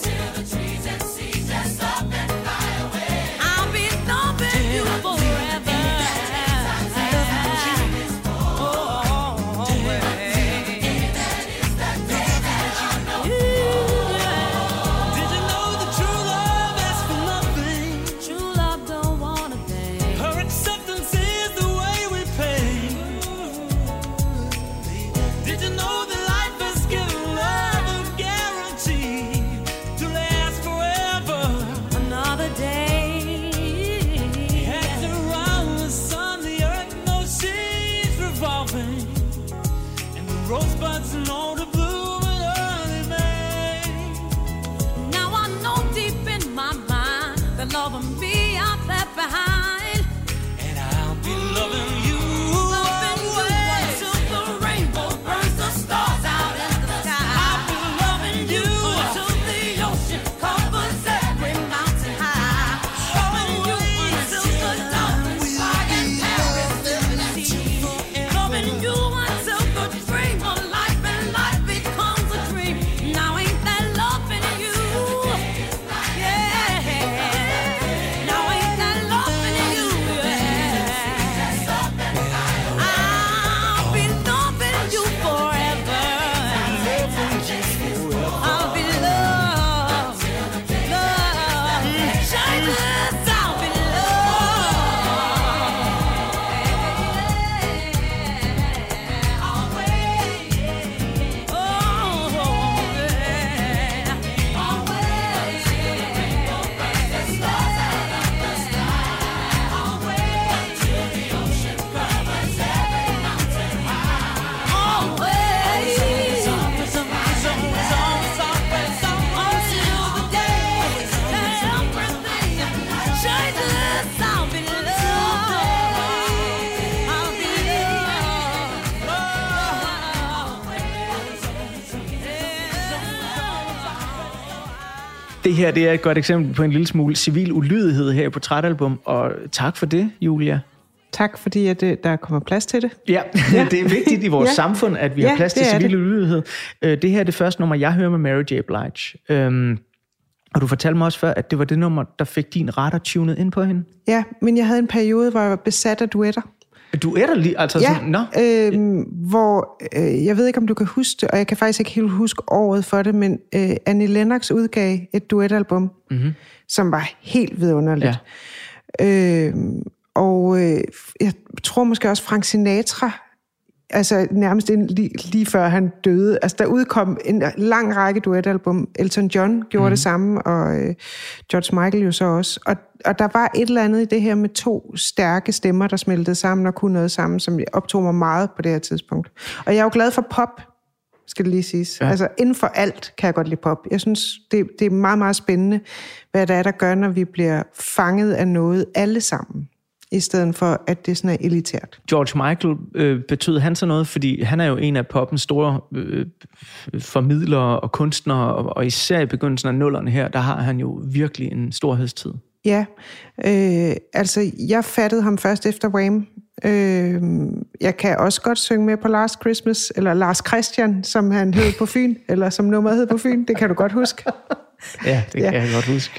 Det her det er et godt eksempel på en lille smule civil ulydighed her på Portrætalbum, og tak for det, Julia. Tak, fordi at der kommer plads til det. Ja, det er vigtigt i vores samfund, at vi har plads til civil ulydighed. Det her er det første nummer, jeg hører med Mary J. Blige. Og du fortalte mig også før, at det var det nummer, der fik din radar tunet ind på hende. Ja, men jeg havde en periode, hvor jeg var besat af duetter. Duetter lige? Altså ja, sådan, hvor, jeg ved ikke, om du kan huske det, og jeg kan faktisk ikke helt huske året for det, men Annie Lennox udgav et duetalbum, som var helt vidunderligt. Ja. Jeg tror måske også Frank Sinatra, altså nærmest lige før han døde. Altså der udkom en lang række duetalbum. Elton John gjorde det samme, og George Michael jo så også. Og der var et eller andet i det her med 2 stærke stemmer, der smeltede sammen og kunne noget sammen, som optog mig meget på det her tidspunkt. Og jeg er jo glad for pop, skal det lige siges. Ja. Altså inden for alt kan jeg godt lide pop. Jeg synes, det er meget, meget spændende, hvad der gør, når vi bliver fanget af noget alle sammen, i stedet for, at det sådan er elitært. George Michael, betød han så noget? Fordi han er jo en af poppens store formidlere og kunstnere, og især i begyndelsen af 00'erne her, der har han jo virkelig en storhedstid. Ja, altså jeg fattede ham først efter Wham. Jeg kan også godt synge med på Last Christmas, eller Lars Christian, som han hed på Fyn, eller som nummeret hed på Fyn, det kan du godt huske. Ja, det kan jeg godt huske.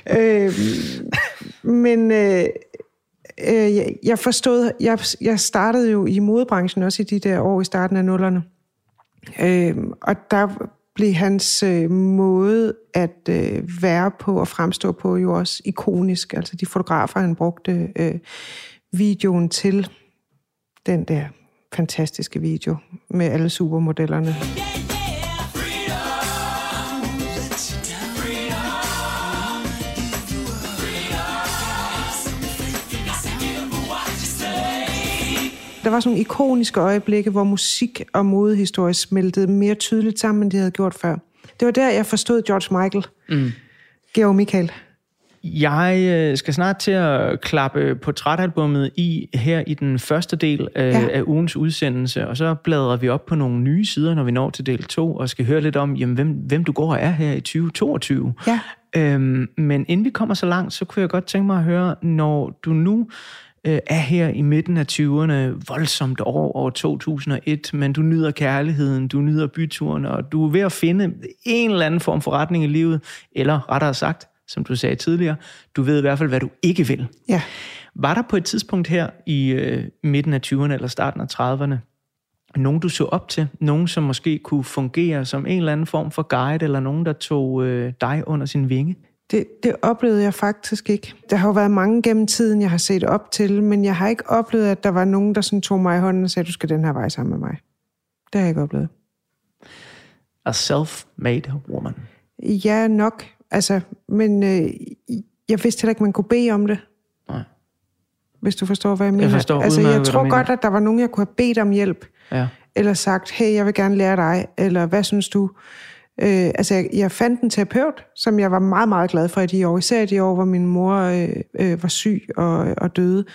Men jeg forstod, jeg startede jo i modebranchen også i de der år i starten af 00'erne. Og der blev hans måde at være på og fremstå på jo også ikonisk. Altså de fotografer, han brugte videoen til, den der fantastiske video med alle supermodellerne. Der var sådan nogle ikoniske øjeblikke, hvor musik og modehistorie smeltede mere tydeligt sammen, end de havde gjort før. Det var der, jeg forstod George Michael. Georg Michael. Jeg skal snart til at klappe Portrætalbummet i her i den første del af ugens udsendelse, og så bladrer vi op på nogle nye sider, når vi når til del 2, og skal høre lidt om, jamen, hvem du går og er her i 2022. Ja. Men inden vi kommer så langt, så kunne jeg godt tænke mig at høre, når du nu er her i midten af 20'erne, voldsomt år 2001, men du nyder kærligheden, du nyder byturen, og du er ved at finde en eller anden form for retning i livet, eller rettere sagt, som du sagde tidligere, du ved i hvert fald, hvad du ikke vil. Ja. Var der på et tidspunkt her i midten af 20'erne eller starten af 30'erne, nogen du så op til, nogen som måske kunne fungere som en eller anden form for guide, eller nogen der tog dig under sin vinge? Det oplevede jeg faktisk ikke. Der har jo været mange gennem tiden, jeg har set op til, men jeg har ikke oplevet, at der var nogen, der sådan tog mig i hånden og sagde, du skal den her vej sammen med mig. Det har jeg ikke oplevet. A self-made woman. Ja, nok. Altså, men jeg vidste heller ikke, man kunne bede om det. Nej. Hvis du forstår, hvad jeg mener. Jeg tror godt, at der var nogen, jeg kunne have bedt om hjælp. Ja. Eller sagt, hey, jeg vil gerne lære dig. Eller hvad synes du? Jeg fandt en terapeut, som jeg var meget, meget glad for i de år. Især i de år, hvor min mor var syg og døde.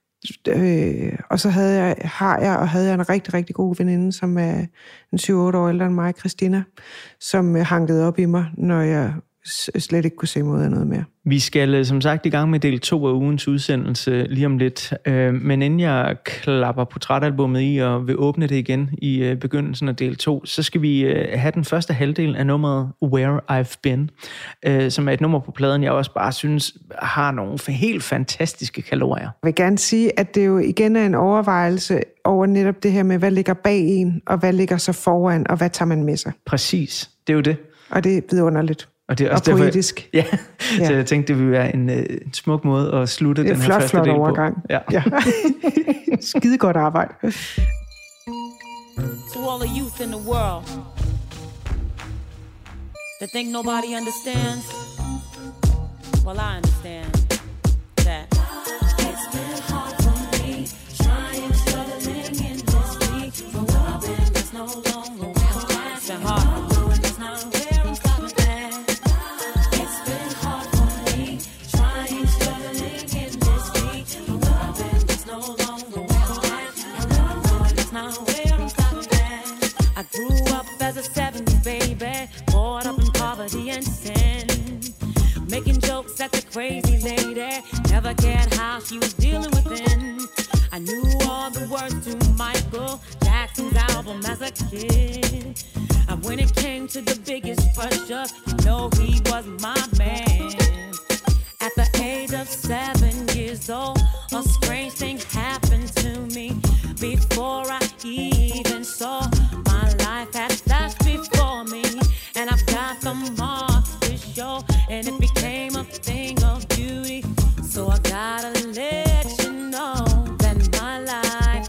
Og så havde jeg en rigtig, rigtig god veninde, som er en 7-8 år ældre end mig, Christina, som hankede op i mig, når jeg slet ikke kunne se mod af noget mere. Vi skal som sagt i gang med del 2 af ugens udsendelse lige om lidt. Men inden jeg klapper Portrætalbummet i og vil åbne det igen i begyndelsen af del 2, så skal vi have den første halvdel af nummeret Where I've Been, som er et nummer på pladen, jeg også bare synes har nogle helt fantastiske kalorier. Jeg vil gerne sige, at det jo igen er en overvejelse over netop det her med, hvad ligger bag en, og hvad ligger så foran, og hvad tager man med sig. Præcis, det er jo det. Og det er vidunderligt. Og det er også poetisk. Ja, så jeg tænkte, det ville være en smuk måde at slutte den her første del på. Det er en flot overgang. Ja. Skide godt arbejde. To all the youth in the world that think nobody understands, well, I understand that. It's been hard for me, trying, struggling in this week. For what I've been, there's no longer where it's been hard. making jokes at the crazy lady. Never cared how she was dealing with it. I knew all the words to Michael Jackson's album as a kid. And when it came to the biggest pressure, you know he was my man. At the age of 7 years old, a strange thing happened to me. Before I even saw, my life had flashed before me. And I've got the marks to show, and it became a thing of beauty. So I gotta let you know that my life,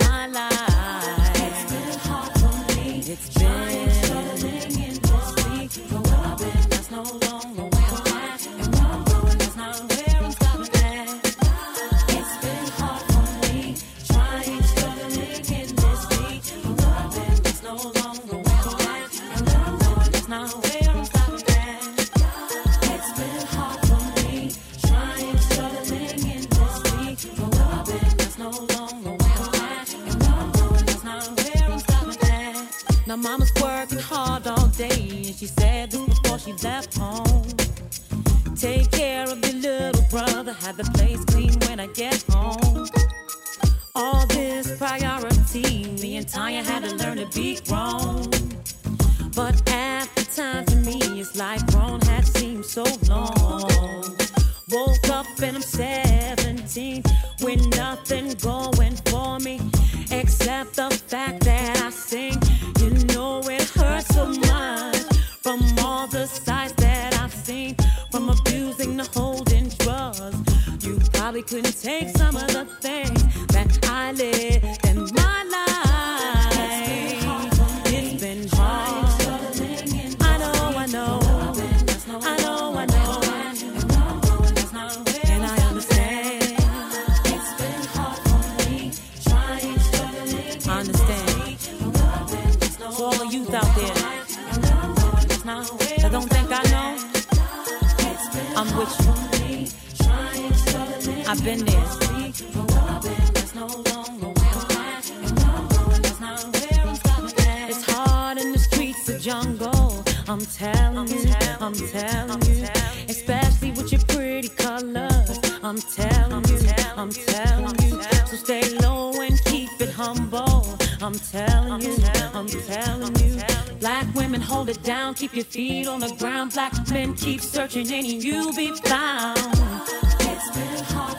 it's been hard for me. It's been struggling in this week. But where I've been, that's no longer where I'm at. And where I'm going, that's not where I'm stopping at. It's been hard for me, trying, struggling in this week. But where I've been, that's no longer where I'm at. And where I'm going, that's not where I'm stopping at. It's been hard for me, trying, struggling in this week. But where I've been, that's no longer where I'm at. And where I'm going, that's not where I'm stopping at. Now mama's working hard all day, and she said this before she left home. Take care of your little brother, have the place clean when I get home. All this priority, me and Tanya had to learn to be grown. But at the time to me, it's like grown had seemed so long. Woke up and I'm 17 with nothing going for me except the fact that I sing. You know it hurts so much from all the sides that I've seen, from abusing to holding drugs. You probably couldn't take some of the things that I lived in my life. It's been hard. I know. And I understand. It's been hard for me, trying, struggling. I understand. So all the youth out there that don't think I know, I'm with you. I've been there. It's hard in the streets of jungle. I'm telling you, especially with your pretty colors. I'm telling you, so stay low and keep it humble. I'm telling you. Black women hold it down, keep your feet on the ground. Black men keep searching and you'll be found. It's been hard.